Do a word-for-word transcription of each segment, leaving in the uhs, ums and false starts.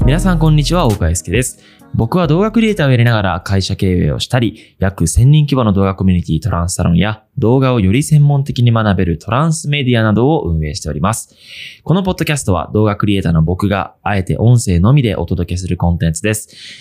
皆さんこんにちは、大川祐介です。僕は動画クリエイターをやりながら会社経営をしたり、約せんにん規模の動画コミュニティトランスサロンや動画をより専門的に学べるトランスメディアなどを運営しております。このポッドキャストは動画クリエイターの僕があえて音声のみでお届けするコンテンツです。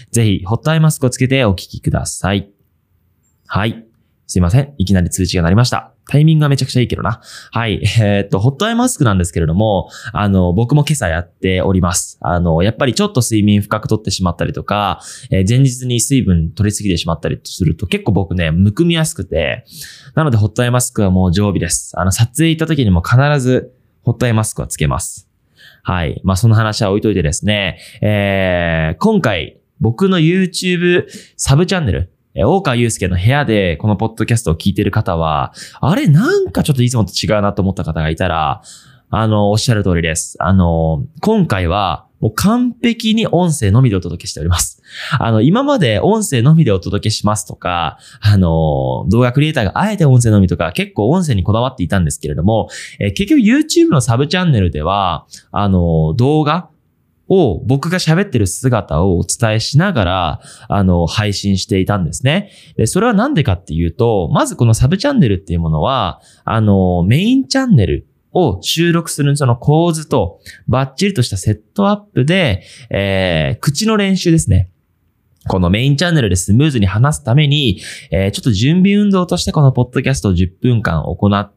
ぜひホットアイマスクをつけてお聞きください。はい。すいません。いきなり通知が鳴りました。タイミングがめちゃくちゃいいけどな。はい。えー、っと、ホットアイマスクなんですけれども、あの、僕も今朝やっております。あの、やっぱりちょっと睡眠深くとってしまったりとか、えー、前日に水分取りすぎてしまったりすると結構僕ね、むくみやすくて、なのでホットアイマスクはもう常備です。あの、撮影行った時にも必ずホットアイマスクはつけます。はい。まあ、その話は置いといてですね、えー、今回僕の YouTube サブチャンネル、大川祐介の部屋でこのポッドキャストを聞いている方は、あれなんかちょっといつもと違うなと思った方がいたら、あの、おっしゃる通りです。あの、今回はもう完璧に音声のみでお届けしております。あの、今まで音声のみでお届けしますとか、あの、動画クリエイターがあえて音声のみとか結構音声にこだわっていたんですけれども、え結局 YouTube のサブチャンネルでは、あの、動画、を僕が喋ってる姿をお伝えしながら、あの、配信していたんですね。で、それはなんでかっていうと、まずこのサブチャンネルっていうものは、あの、メインチャンネルを収録するその構図とバッチリとしたセットアップで、えー、口の練習ですね。このメインチャンネルでスムーズに話すために、えー、ちょっと準備運動としてこのポッドキャストをじゅっぷんかん行って、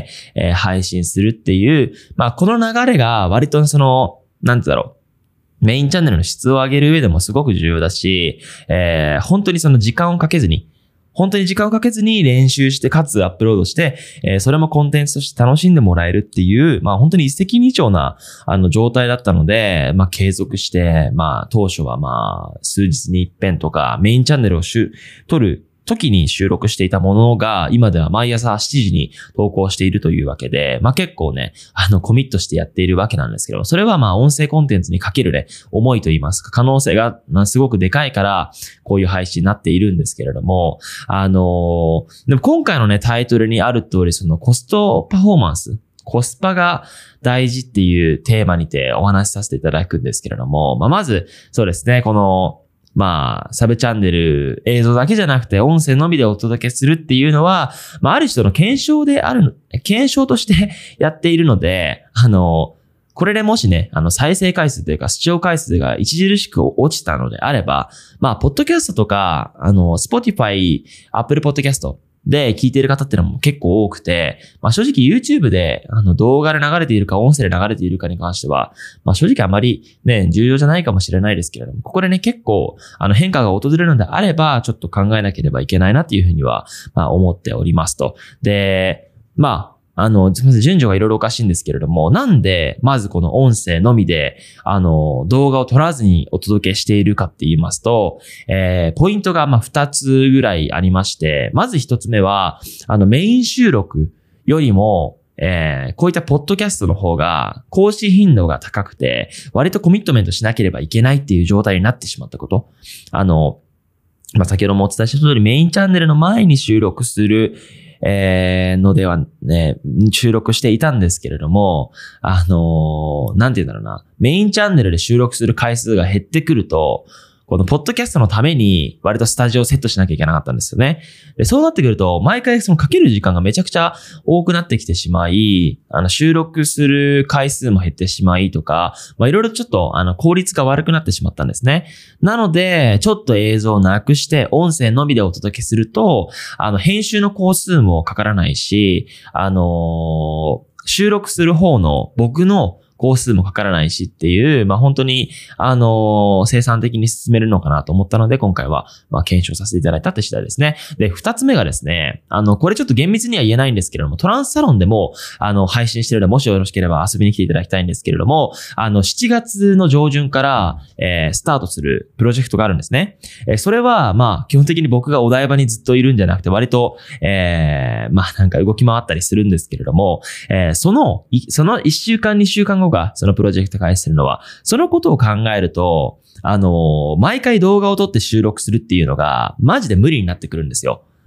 えー、配信するっていう、まあ、この流れが割とその、なんてだろう。メインチャンネルの質を上げる上でもすごく重要だし、えー、本当にその時間をかけずに、本当に時間をかけずに練習して、かつアップロードして、えー、それもコンテンツとして楽しんでもらえるっていう、まあ本当に一石二鳥な、あの状態だったので、まあ継続して、まあ当初はまあ数日に一遍とか、メインチャンネルをしゅ撮る時に収録していたものが、今では毎朝しちじに投稿しているというわけで、まあ結構ね、あのコミットしてやっているわけなんですけど、それはまあ音声コンテンツにかけるね、思いと言いますか、可能性がすごくでかいから、こういう配信になっているんですけれども、あのー、でも今回のね、タイトルにある通り、そのコストパフォーマンス、コスパが大事っていうテーマにてお話しさせていただくんですけれども、まあまず、そうですね、この、まあ、サブチャンネル、映像だけじゃなくて音声のみでお届けするっていうのは、まあ、ある種の検証である、検証としてやっているので、あの、これでもしね、あの、再生回数というか視聴回数が著しく落ちたのであれば、まあ、ポッドキャストとか、あの、Spotify、Apple Podcast、で、聞いている方っていうのも結構多くて、まあ正直 YouTube であの動画で流れているか音声で流れているかに関しては、まあ正直あまりね、重要じゃないかもしれないですけれども、ここでね、結構あの変化が訪れるのであれば、ちょっと考えなければいけないなっていうふうには、まあ思っておりますと。で、まあ、あの、すみません、順序がいろいろおかしいんですけれども、なんで、まずこの音声のみで、あの、動画を撮らずにお届けしているかって言いますと、えー、ポイントが、まあ、二つぐらいありまして、まず一つ目は、あの、メイン収録よりも、えー、こういったポッドキャストの方が、更新頻度が高くて、割とコミットメントしなければいけないっていう状態になってしまったこと。あの、まあ、先ほどもお伝えした通り、メインチャンネルの前に収録する、えー、のではね、収録していたんですけれども、あのー、なんて言うんだろうな、メインチャンネルで収録する回数が減ってくると、このポッドキャストのために割とスタジオをセットしなきゃいけなかったんですよね。で、そうなってくると、毎回そのかける時間がめちゃくちゃ多くなってきてしまい、あの、収録する回数も減ってしまいとか、まあ、いろいろちょっと、あの、効率が悪くなってしまったんですね。なので、ちょっと映像をなくして、音声のみでお届けすると、あの、編集の工数もかからないし、あのー、収録する方の僕の工数もかからないしっていう、まあ本当に、あのー、生産的に進めるのかなと思ったので、今回は、まあ検証させていただいたって次第ですね。で、二つ目がですね、あの、これちょっと厳密には言えないんですけれども、トランスサロンでも、あの、配信してるので、もしよろしければ遊びに来ていただきたいんですけれども、あの、しちがつの上旬から、えー、スタートするプロジェクトがあるんですね。えー、それは、まあ、基本的に僕がお台場にずっといるんじゃなくて、割と、えー、まあなんか動き回ったりするんですけれども、えー、その、そのいっしゅうかん、にしゅうかんごが、そのプロジェクト開始するのは、そのことを考えると、あのー、毎回動画を撮って収録するっていうのが、マジで無理になってくるんですよ。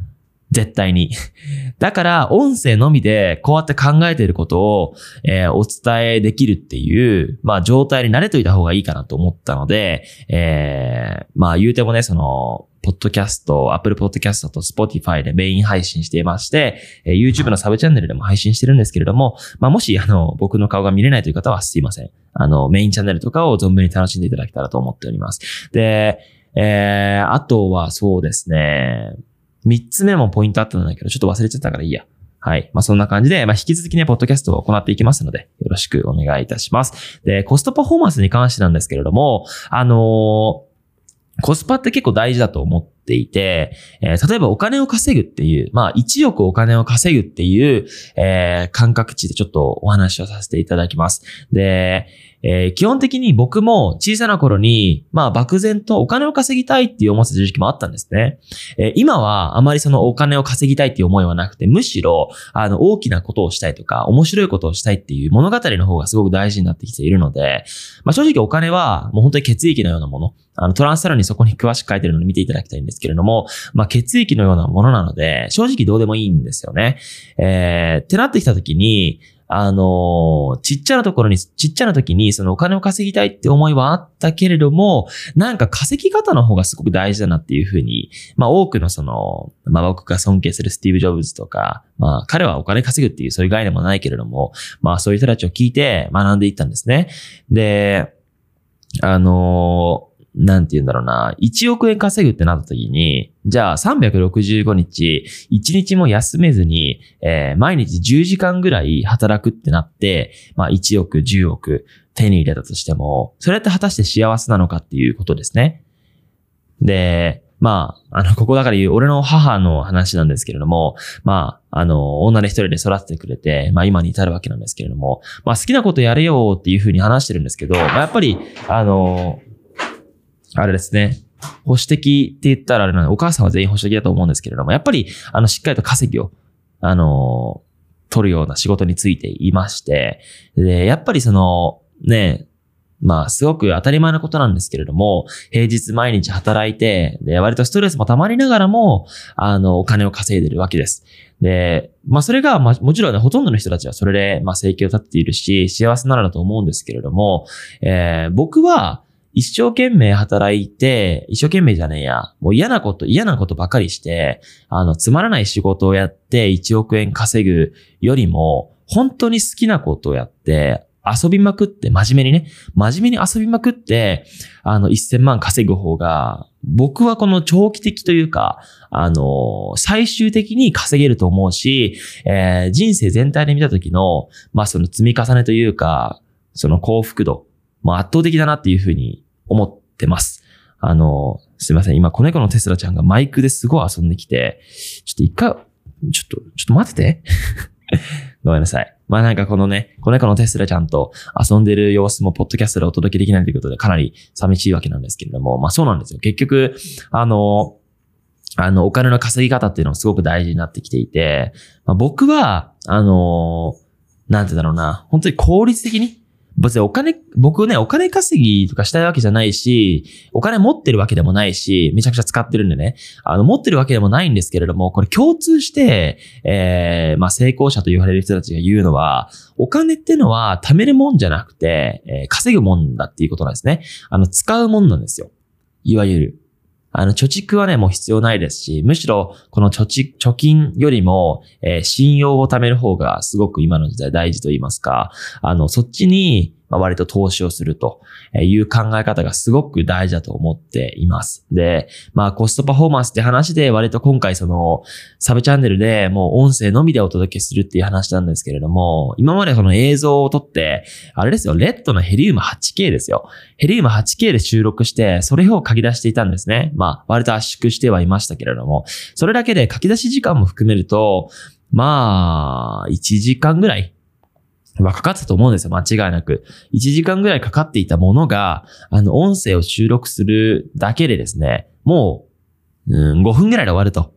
絶対に。だから、音声のみでこうやって考えていることを、えー、お伝えできるっていう、まあ、状態に慣れといた方がいいかなと思ったので、えー、まあ、言うてもね、その、ポッドキャスト、Apple Podcast と Spotify でメイン配信していまして、えー、YouTube のサブチャンネルでも配信してるんですけれども、まあ、もし、あの、僕の顔が見れないという方はすいません。あの、メインチャンネルとかを存分に楽しんでいただけたらと思っております。で、えー、あとはそうですね、三つ目もポイントあったんだけど、ちょっと忘れちゃったからいいや。はい。まあ、そんな感じで、まあ、引き続きね、ポッドキャストを行っていきますので、よろしくお願いいたします。で、コストパフォーマンスに関してなんですけれども、あのー、コスパって結構大事だと思っていて、えー、例えばお金を稼ぐっていう、まあ、いちおくお金を稼ぐっていう、えー、感覚値でちょっとお話をさせていただきます。で、えー、基本的に僕も小さな頃に、まあ漠然とお金を稼ぎたいっていう思ってた時期もあったんですね。えー、今はあまりそのお金を稼ぎたいっていう思いはなくて、むしろ、あの、大きなことをしたいとか、面白いことをしたいっていう物語の方がすごく大事になってきているので、まあ正直お金はもう本当に血液のようなもの。あの、トランスサロンにそこに詳しく書いてるので見ていただきたいんですけれども、まあ血液のようなものなので、正直どうでもいいんですよね。えー、ってなってきた時に、あのー、ちっちゃなところに、ちっちゃな時にそのお金を稼ぎたいって思いはあったけれども、なんか稼ぎ方の方がすごく大事だなっていうふうに、まあ多くのその、まあ僕が尊敬するスティーブ・ジョブズとか、まあ彼はお金稼ぐっていうそういう概念もないけれども、まあそういう人たちを聞いて学んでいったんですね。で、あのー、なんて言うんだろうな、いちおくえん稼ぐってなった時に、じゃあさんびゃくろくじゅうごにち、いちにちも休めずに、えー、毎日じゅうじかんぐらい働くってなって、まあいちおく、じゅうおく手に入れたとしても、それって果たして幸せなのかっていうことですね。で、まあ、あの、ここだから言う、俺の母の話なんですけれども、まあ、あの、女で一人で育ててくれて、まあ今に至るわけなんですけれども、まあ好きなことやれよっていうふうに話してるんですけど、まあやっぱり、あの、あれですね。保守的って言ったらあれなので、お母さんは全員保守的だと思うんですけれども、やっぱり、あの、しっかりと稼ぎを、あの、取るような仕事についていまして、で、やっぱりその、ね、まあ、すごく当たり前なことなんですけれども、平日毎日働いて、で、割とストレスも溜まりながらも、あの、お金を稼いでるわけです。で、まあ、それが、まあ、もちろんね、ほとんどの人たちはそれで、まあ、生計を立てているし、幸せなのだと思うんですけれども、えー、僕は、一生懸命働いて、一生懸命じゃねえや。もう嫌なこと、嫌なことばかりして、あの、つまらない仕事をやっていちおくえん稼ぐよりも、本当に好きなことをやって、遊びまくって、真面目にね、真面目に遊びまくって、あの、せんまん稼ぐ方が、僕はこの長期的というか、あの、最終的に稼げると思うし、えー、人生全体で見た時の、まあ、その積み重ねというか、その幸福度、まあ、圧倒的だなっていうふうに思ってます。あの、すいません。今、子猫のテスラちゃんがマイクですごい遊んできて、ちょっと一回、ちょっと、ちょっと待ってて。ごめんなさい。まあなんかこのね、子猫のテスラちゃんと遊んでる様子もポッドキャストでお届けできないということでかなり寂しいわけなんですけれども、まあそうなんですよ。結局、あの、あの、お金の稼ぎ方っていうのもすごく大事になってきていて、まあ、僕は、あの、なんてだろうな、本当に効率的に、別にお金、僕ね、お金稼ぎとかしたいわけじゃないし、お金持ってるわけでもないし、めちゃくちゃ使ってるんでね、あの、持ってるわけでもないんですけれども、これ共通して、えー、まあ、成功者と言われる人たちが言うのは、お金ってのは貯めるもんじゃなくて、えー、稼ぐもんだっていうことなんですね。あの、使うもんなんですよ。いわゆる。あの、貯蓄はね、もう必要ないですし、むしろ、この貯蓄、貯金よりも、えー、信用を貯める方がすごく今の時代大事と言いますか、あの、そっちに、まあ、割と投資をするという考え方がすごく大事だと思っています。で、まあコストパフォーマンスって話で割と今回そのサブチャンネルでもう音声のみでお届けするっていう話なんですけれども、今までその映像を撮って、あれですよ、レッドのヘリウム はちケー ですよ。ヘリウム はちケー で収録して、それを書き出していたんですね。まあ割と圧縮してはいましたけれども、それだけで書き出し時間も含めると、まあ、いちじかんぐらいはかかってたと思うんですよ。間違いなく。いちじかんぐらいかかっていたものが、あの、音声を収録するだけでですね、もう、うん、ごふんぐらいで終わると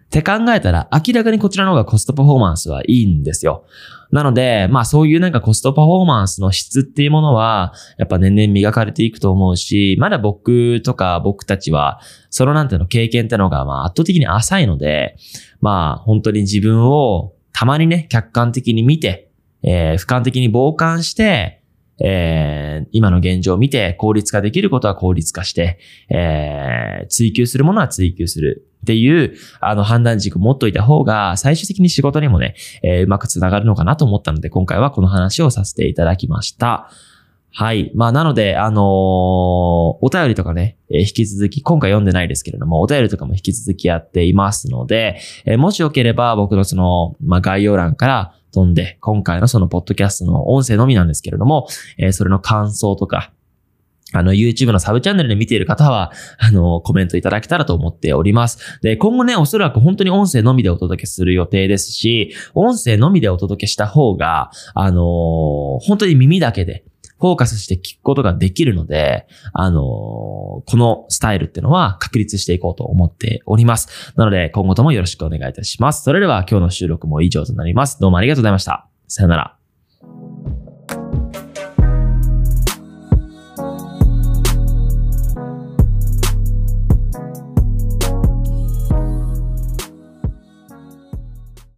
って考えたら明らかにこちらの方がコストパフォーマンスはいいんですよ。なので、まあそういうなんかコストパフォーマンスの質っていうものは、やっぱ年々磨かれていくと思うし、まだ僕とか僕たちは、そのなんていうの経験ってのがまあ圧倒的に浅いので、まあ本当に自分をたまにね、客観的に見て、えー、俯瞰的に傍観して、えー、今の現状を見て効率化できることは効率化して、えー、追求するものは追求する。っていう、あの、判断軸を持っといた方が、最終的に仕事にもね、えー、うまくつながるのかなと思ったので、今回はこの話をさせていただきました。はい。まあ、なので、あのー、お便りとかね、えー、引き続き、今回読んでないですけれども、お便りとかも引き続きやっていますので、えー、もしよければ、僕のその、まあ、概要欄から飛んで、今回のその、ポッドキャストの音声のみなんですけれども、えー、それの感想とか、あの、YouTube のサブチャンネルで見ている方は、あの、コメントいただけたらと思っております。で、今後ね、おそらく本当に音声のみでお届けする予定ですし、音声のみでお届けした方が、あのー、本当に耳だけでフォーカスして聞くことができるので、あのー、このスタイルっていうのは確立していこうと思っております。なので、今後ともよろしくお願いいたします。それでは今日の収録も以上となります。どうもありがとうございました。さよなら。